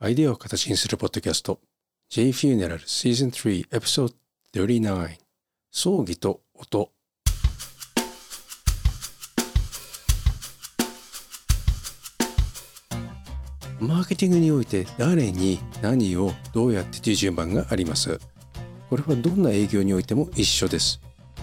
アイデアを形にするポッドキャスト J Funeral Season 3 Episode 39葬儀と音。マーケティングにおいて誰に何をどうやってという順番があります。これはどんな営業においても一緒です。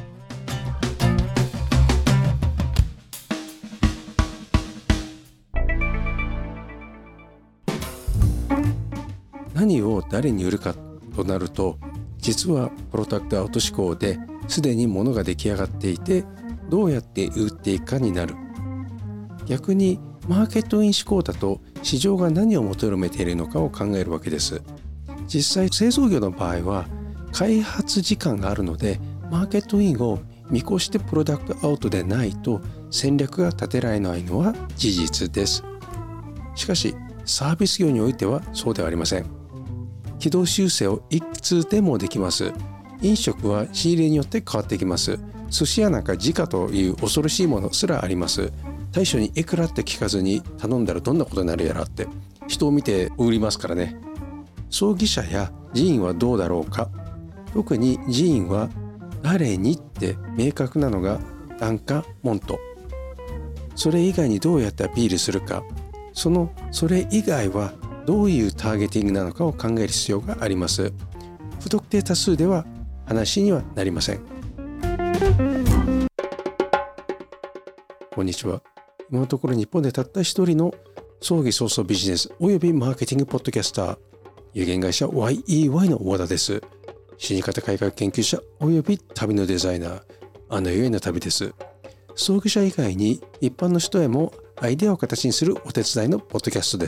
何を誰に売るかとなると、実はプロダクトアウト思考ですでに物が出来上がっていて、どうやって売っていくかになる。逆にマーケットイン思考だと市場が何を求めているのかを考えるわけです。実際製造業の場合は開発時間があるので、マーケットインを見越してプロダクトアウトでないと戦略が立てられないのは事実です。しかしサービス業においてはそうではありません。軌道修正をいつでもできます。飲食は仕入れによって変わってきます。寿司屋なんか時価という恐ろしいものすらあります。大将にいくらって聞かずに頼んだらどんなことになるやらって人を見て売りますからね。葬儀社や寺院はどうだろうか。特に寺院は誰にって明確なのが単価モント。それ以外にどうやってアピールするか、それ以外はどういうターゲティングなのかを考える必要があります。不特定多数では話にはなりません。こんにちは。今のところ日本でたった一人の葬儀葬送ビジネスおよびマーケティングポッドキャスター、有限会社 YEY の和田です。死に方改革研究者および旅のデザイナー、あの世への旅です。葬儀者以外に一般の人へもアイデアを形にするお手伝いのポッドキャストです。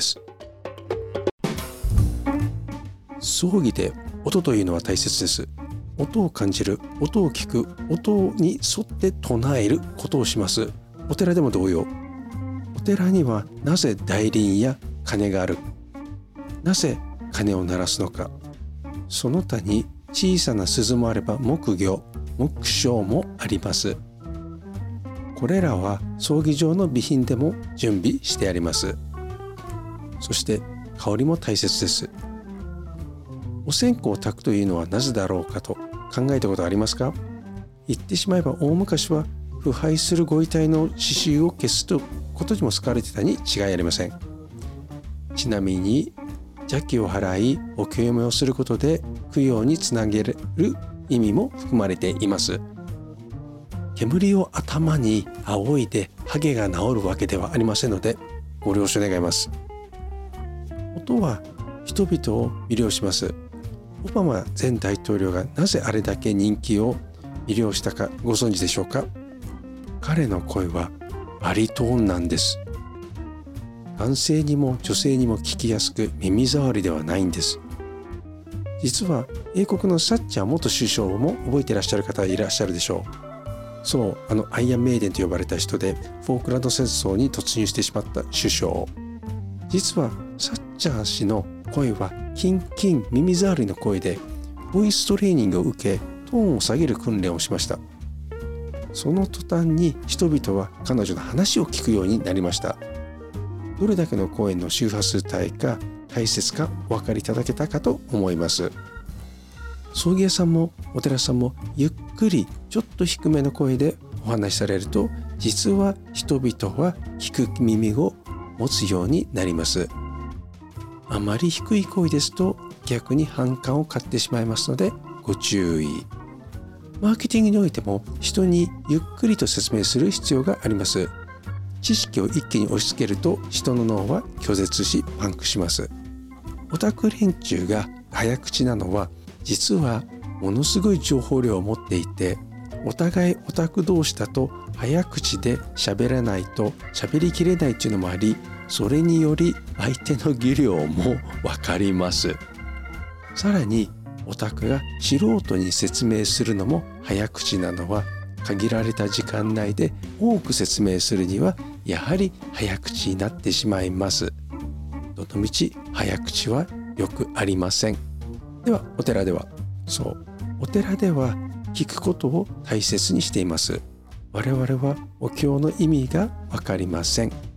葬儀で音というのは大切です。音を感じる、音を聞く、音に沿って唱えることをします。お寺でも同様。お寺にはなぜ大輪や鐘がある。なぜ鐘を鳴らすのか。その他に小さな鈴もあれば木魚、木章もあります。これらは葬儀場の備品でも準備してあります。そして香りも大切です。お線香を焚くというのはなぜだろうかと考えたことはありますか？言ってしまえば大昔は腐敗するご遺体の刺繍を消すとことにも使われていたに違いありません。ちなみに邪気を払いお清めをすることで供養につなげる意味も含まれています。煙を頭に仰いでハゲが治るわけではありませんのでご了承願います。音は人々を魅了します。オバマ前大統領がなぜあれだけ人気を魅了したかご存知でしょうか？彼の声はバリトーンなんです。男性にも女性にも聞きやすく耳障りではないんです。実は英国のサッチャー元首相も覚えていらっしゃる方いらっしゃるでしょう。そう、アイアンメイデンと呼ばれた人でフォークランド戦争に突入してしまった首相。実はサッチャー氏の声はキンキン耳障りの声でボイストレーニングを受けトーンを下げる訓練をしました。その途端に人々は彼女の話を聞くようになりました。どれだけの声の周波数帯が大切かお分かりいただけたかと思います。葬儀屋さんもお寺さんもゆっくりちょっと低めの声でお話しされると、実は人々は聞く耳を持つようになります。あまり低い声ですと逆に反感を買ってしまいますのでご注意。マーケティングにおいても人にゆっくりと説明する必要があります。知識を一気に押し付けると人の脳は拒絶しパンクします。オタク連中が早口なのは実はものすごい情報量を持っていて、お互いオタク同士だと早口で喋らないと喋りきれないというのもあり、それにより相手の技量もわかります。さらにオタクが素人に説明するのも早口なのは、限られた時間内で多く説明するにはやはり早口になってしまいます。どのみち早口はよくありません。ではお寺では、お寺では聞くことを大切にしています。我々はお経の意味がわかりません。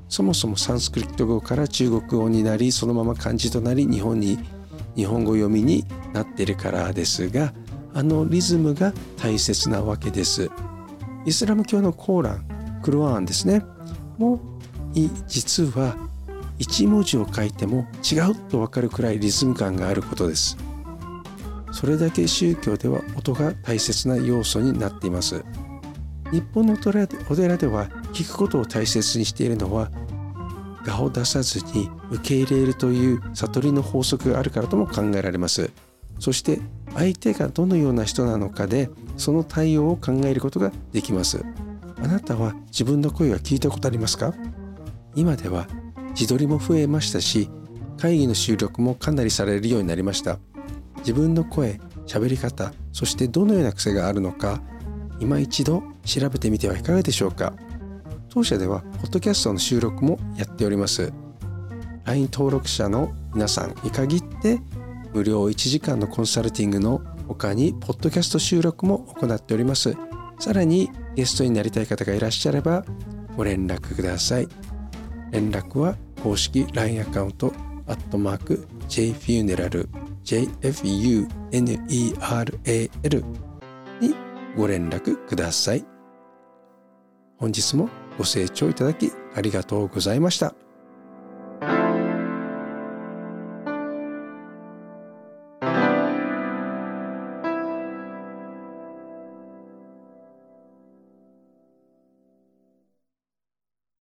そもそもサンスクリット語から中国語になり、そのまま漢字となり日本語読みになっているからですが、リズムが大切なわけです。イスラム教のコーラン、クルアーンですね、も実は一文字を書いても違うと分かるくらいリズム感があることです。それだけ宗教では音が大切な要素になっています。日本のお寺では聞くことを大切にしているのは、我を出さずに受け入れるという悟りの法則があるからとも考えられます。そして相手がどのような人なのかでその対応を考えることができます。あなたは自分の声は聞いたことありますか？今では自撮りも増えましたし、会議の収録もかなりされるようになりました。自分の声、喋り方、そしてどのような癖があるのか、今一度調べてみてはいかがでしょうか。当社ではポッドキャストの収録もやっております。 LINE 登録者の皆さんに限って無料1時間のコンサルティングの他にポッドキャスト収録も行っております。さらにゲストになりたい方がいらっしゃればご連絡ください。連絡は公式 LINE アカウント@jfuneral JFUNERAL にご連絡ください。本日もご清聴いただきありがとうございました。